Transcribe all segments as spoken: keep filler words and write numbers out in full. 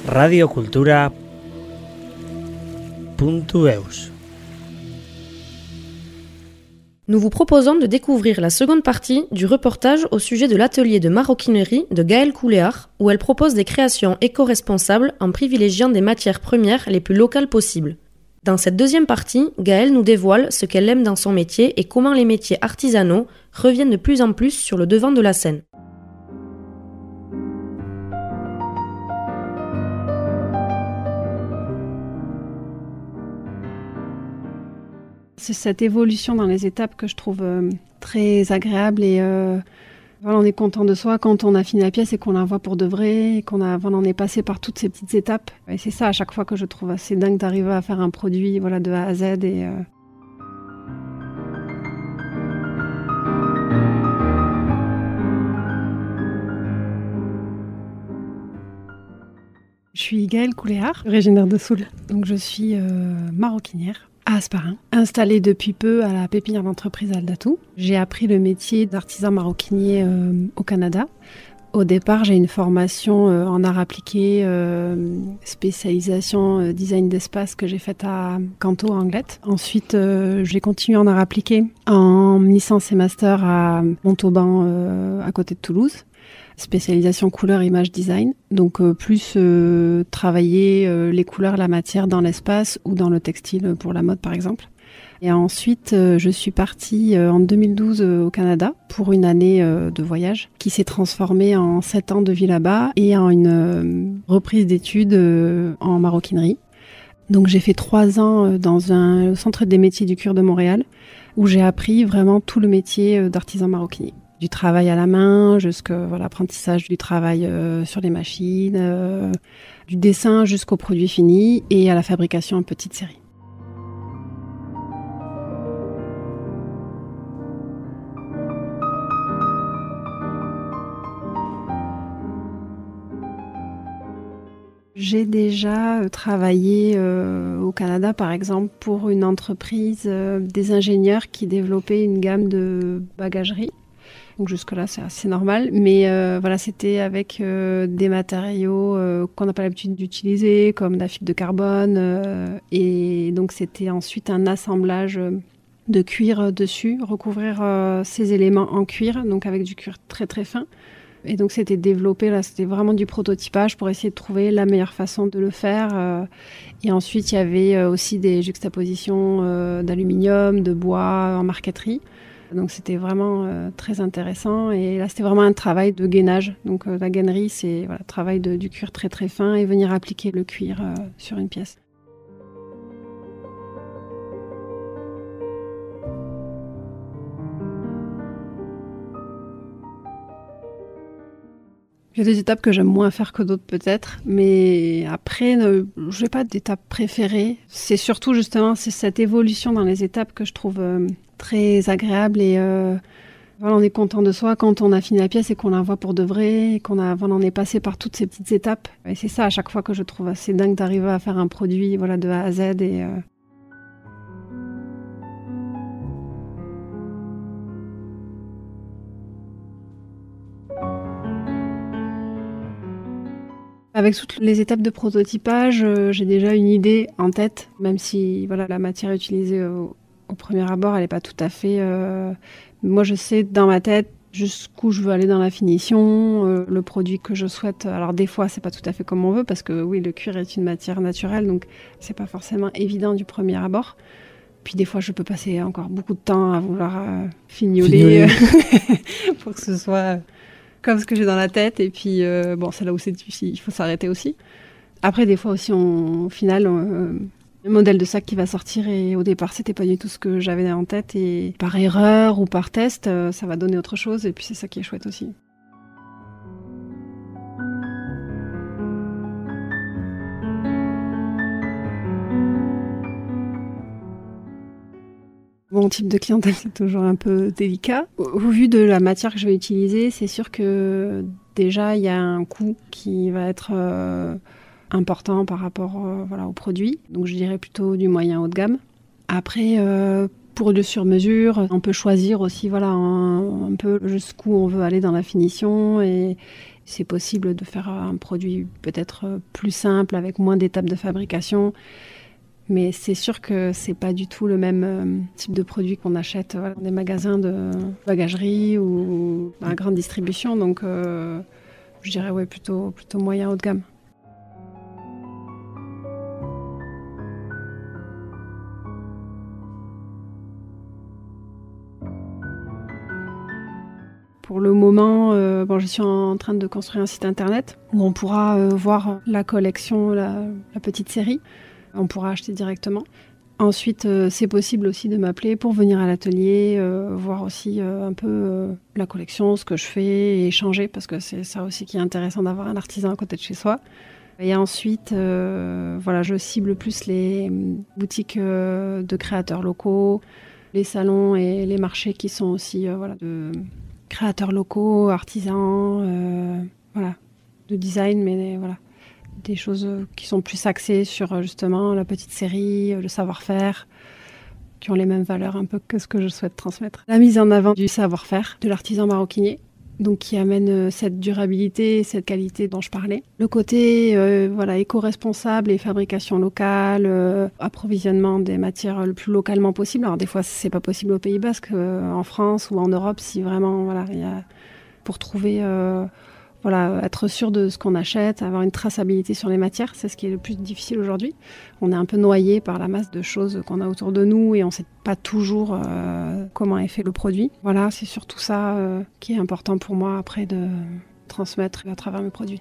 radiocultura punto eus. Nous vous proposons de découvrir la seconde partie du reportage au sujet de l'atelier de maroquinerie de Gaëlle Couléard, où elle propose des créations éco-responsables en privilégiant des matières premières les plus locales possibles. Dans cette deuxième partie, Gaëlle nous dévoile ce qu'elle aime dans son métier et comment les métiers artisanaux reviennent de plus en plus sur le devant de la scène. C'est cette évolution dans les étapes que je trouve euh, très agréable et euh, voilà, on est content de soi quand on a fini la pièce et qu'on la voit pour de vrai, et qu'on a, voilà, on est passé par toutes ces petites étapes. Et c'est ça à chaque fois que je trouve assez dingue d'arriver à faire un produit voilà, de A à Z. Et, euh... Je suis Gaëlle Couléard, originaire de Soule. Donc je suis euh, maroquinière à Hasparren, installée depuis peu à la pépinière d'entreprise Aldatou. J'ai appris le métier d'artisan maroquinier euh, au Canada. Au départ, j'ai une formation euh, en art appliqué, euh, spécialisation euh, design d'espace que j'ai faite à Canto, à Anglette. Ensuite, euh, j'ai continué en art appliqué en licence et master à Montauban, euh, à côté de Toulouse. Spécialisation couleur, image, design. Donc euh, plus euh, travailler euh, les couleurs, la matière dans l'espace ou dans le textile pour la mode par exemple. Et ensuite, euh, je suis partie euh, en deux mille douze euh, au Canada pour une année euh, de voyage qui s'est transformée en sept ans de vie là-bas et en une euh, reprise d'études euh, en maroquinerie. Donc j'ai fait trois ans euh, dans un au centre des métiers du cuir de Montréal où j'ai appris vraiment tout le métier euh, d'artisan maroquinier. Du travail à la main jusqu'à voilà, l'apprentissage du travail euh, sur les machines, euh, du dessin jusqu'au produit fini et à la fabrication en petite série. J'ai déjà travaillé euh, au Canada, par exemple, pour une entreprise euh, des ingénieurs qui développait une gamme de bagagerie. Donc jusque-là, c'est assez normal. Mais euh, voilà, c'était avec euh, des matériaux euh, qu'on n'a pas l'habitude d'utiliser, comme la fibre de carbone. Euh, et donc, c'était ensuite un assemblage de cuir dessus, recouvrir euh, ces éléments en cuir, donc avec du cuir très très fin. Et donc, c'était développé, là, c'était vraiment du prototypage pour essayer de trouver la meilleure façon de le faire. Euh, et ensuite, il y avait euh, aussi des juxtapositions euh, d'aluminium, de bois en marqueterie. Donc c'était vraiment euh, très intéressant et là c'était vraiment un travail de gainage. Donc euh, la gainerie c'est voilà, travail de, du cuir très très fin et venir appliquer le cuir euh, sur une pièce. Il y a des étapes que j'aime moins faire que d'autres peut-être, mais après, euh, je n'ai pas d'étape préférée. C'est surtout justement c'est cette évolution dans les étapes que je trouve euh, très agréable et euh, voilà, on est content de soi quand on a fini la pièce et qu'on la voit pour de vrai, et qu'on a, voilà, on est passé par toutes ces petites étapes. Et c'est ça à chaque fois que je trouve assez dingue d'arriver à faire un produit voilà, de A à Z et... Euh, Avec toutes les étapes de prototypage, euh, j'ai déjà une idée en tête, même si voilà, la matière utilisée au, au premier abord, elle n'est pas tout à fait... Euh... Moi, je sais dans ma tête jusqu'où je veux aller dans la finition, euh, le produit que je souhaite. Alors des fois, c'est pas tout à fait comme on veut, parce que oui, le cuir est une matière naturelle, donc c'est pas forcément évident du premier abord. Puis des fois, je peux passer encore beaucoup de temps à vouloir euh, fignoler, fignoler. pour que ce soit... comme ce que j'ai dans la tête, et puis euh, bon, c'est là où c'est difficile, il faut s'arrêter aussi. Après, des fois aussi, on, au final, on, euh, le modèle de sac qui va sortir, et au départ, c'était pas du tout ce que j'avais en tête, et par erreur ou par test, euh, ça va donner autre chose, et puis c'est ça qui est chouette aussi. Mon type de clientèle, c'est toujours un peu délicat. Au vu de la matière que je vais utiliser, c'est sûr que déjà, il y a un coût qui va être euh, important par rapport euh, voilà, au produit. Donc, je dirais plutôt du moyen haut de gamme. Après, euh, pour le sur-mesure, on peut choisir aussi voilà, un, un peu jusqu'où on veut aller dans la finition et, C'est possible de faire un produit peut-être plus simple, avec moins d'étapes de fabrication. Mais c'est sûr que c'est pas du tout le même type de produit qu'on achète dans des magasins de bagagerie ou dans la grande distribution. Donc euh, je dirais ouais, plutôt, plutôt moyen haut de gamme. Pour le moment, euh, bon, je suis en train de construire un site internet où on pourra euh, voir la collection, la, la petite série. On pourra acheter directement. Ensuite, euh, c'est possible aussi de m'appeler pour venir à l'atelier, euh, voir aussi euh, un peu euh, la collection, ce que je fais et échanger, parce que c'est ça aussi qui est intéressant d'avoir un artisan à côté de chez soi. Et ensuite, euh, voilà, je cible plus les boutiques euh, de créateurs locaux, les salons et les marchés qui sont aussi euh, voilà, de créateurs locaux, artisans, euh, voilà, de design, mais voilà, des choses qui sont plus axées sur justement la petite série, le savoir-faire, qui ont les mêmes valeurs un peu que ce que je souhaite transmettre. La mise en avant du savoir-faire de l'artisan maroquinier, donc qui amène cette durabilité, cette qualité dont je parlais. Le côté euh, voilà, éco-responsable et fabrication locale, euh, approvisionnement des matières le plus localement possible. Alors des fois, c'est pas possible au Pays Basque, euh, en France ou en Europe, si vraiment voilà, il y a pour trouver euh, voilà, être sûr de ce qu'on achète, avoir une traçabilité sur les matières, c'est ce qui est le plus difficile aujourd'hui. On est un peu noyé par la masse de choses qu'on a autour de nous et on ne sait pas toujours euh, comment est fait le produit. Voilà, c'est surtout ça euh, qui est important pour moi après de transmettre à travers mes produits.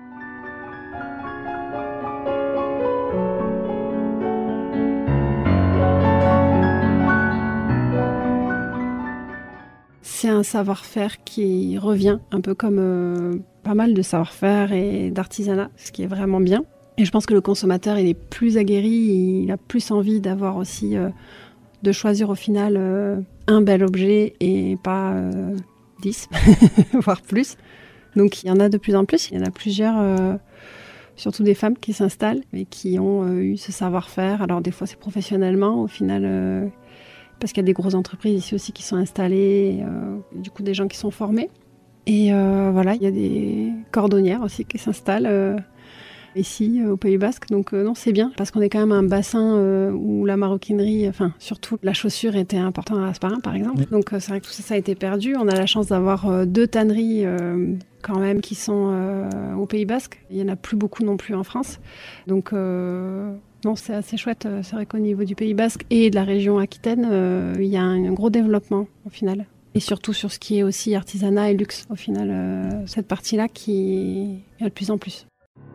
C'est un savoir-faire qui revient, un peu comme euh, pas mal de savoir-faire et d'artisanat, ce qui est vraiment bien. Et je pense que le consommateur, il est plus aguerri, il a plus envie d'avoir aussi, euh, de choisir au final euh, un bel objet et pas euh, dix, voire plus. Donc il y en a de plus en plus, il y en a plusieurs, euh, surtout des femmes qui s'installent et qui ont euh, eu ce savoir-faire. Alors des fois c'est professionnellement, au final... Euh, parce qu'il y a des grosses entreprises ici aussi qui sont installées, euh, du coup des gens qui sont formés. Et euh, voilà, il y a des cordonnières aussi qui s'installent euh, ici euh, au Pays Basque. Donc euh, non, c'est bien, parce qu'on est quand même un bassin euh, où la maroquinerie, enfin surtout la chaussure était importante à Hasparren par exemple. Oui. Donc euh, c'est vrai que tout ça, ça a été perdu. On a la chance d'avoir euh, deux tanneries euh, quand même qui sont euh, au Pays Basque. Il n'y en a plus beaucoup non plus en France. Donc... Euh, Non, c'est assez chouette. C'est vrai qu'au niveau du Pays Basque et de la région Aquitaine, euh, il y a un, un gros développement au final. Et surtout sur ce qui est aussi artisanat et luxe, au final, euh, cette partie-là qui est de plus en plus.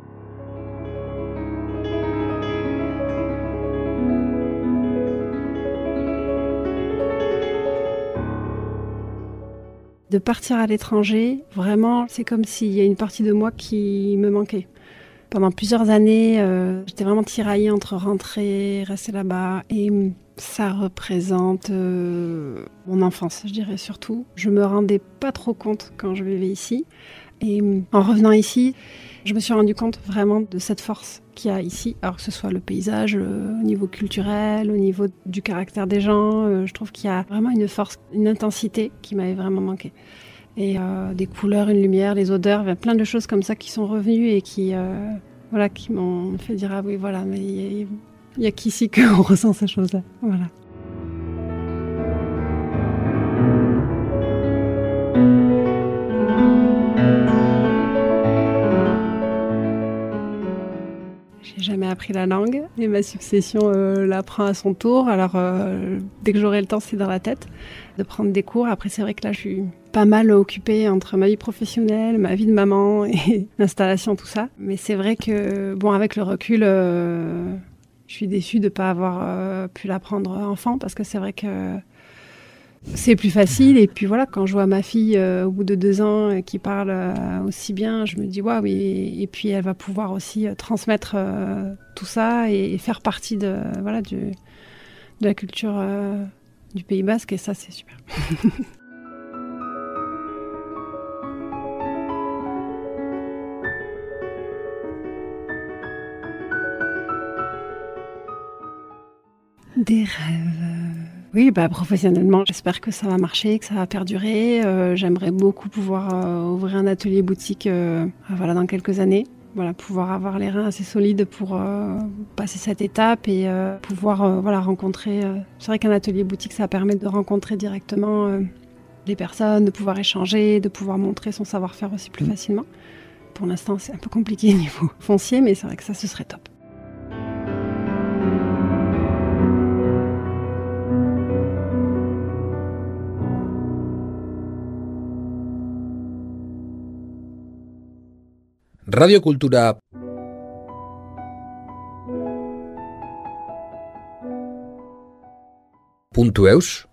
De partir à l'étranger, vraiment, c'est comme s'il y a une partie de moi qui me manquait. Pendant plusieurs années, euh, j'étais vraiment tiraillée entre rentrer, rester là-bas. Et ça représente euh, mon enfance, je dirais surtout. Je me rendais pas trop compte quand je vivais ici. Et en revenant ici, je me suis rendu compte vraiment de cette force qu'il y a ici. Alors que ce soit le paysage, euh, au niveau culturel, au niveau du caractère des gens. Euh, je trouve qu'il y a vraiment une force, une intensité qui m'avait vraiment manqué. Et euh, des couleurs, une lumière, les odeurs, plein de choses comme ça qui sont revenues et qui, euh, voilà, qui m'ont fait dire ah oui, voilà, mais il n'y a, a qu'ici qu'on ressent ces choses-là. Voilà. J'ai jamais appris la langue et ma succession euh, l'apprend à son tour. Alors euh, dès que j'aurai le temps, c'est dans la tête de prendre des cours. Après, c'est vrai que là, je suis pas mal occupée entre ma vie professionnelle, ma vie de maman et l'installation, tout ça. Mais c'est vrai que, bon, avec le recul, euh, je suis déçue de ne pas avoir euh, pu l'apprendre enfant parce que c'est vrai que c'est plus facile. Et puis voilà, quand je vois ma fille euh, au bout de deux ans euh, qui parle euh, aussi bien, je me dis waouh, et, et puis elle va pouvoir aussi euh, transmettre euh, tout ça et, et faire partie de, voilà, du, de la culture euh, du Pays Basque. Et ça, c'est super. Des rêves. Oui, bah, professionnellement, j'espère que ça va marcher, que ça va perdurer. Euh, j'aimerais beaucoup pouvoir euh, ouvrir un atelier boutique euh, voilà, dans quelques années. Voilà, pouvoir avoir les reins assez solides pour euh, passer cette étape et euh, pouvoir euh, voilà, rencontrer... Euh, c'est vrai qu'un atelier boutique, ça permet de rencontrer directement euh, les personnes, de pouvoir échanger, de pouvoir montrer son savoir-faire aussi plus facilement. Pour l'instant, c'est un peu compliqué au niveau foncier, mais c'est vrai que ça, ce serait top. Radio Kultura puntu eus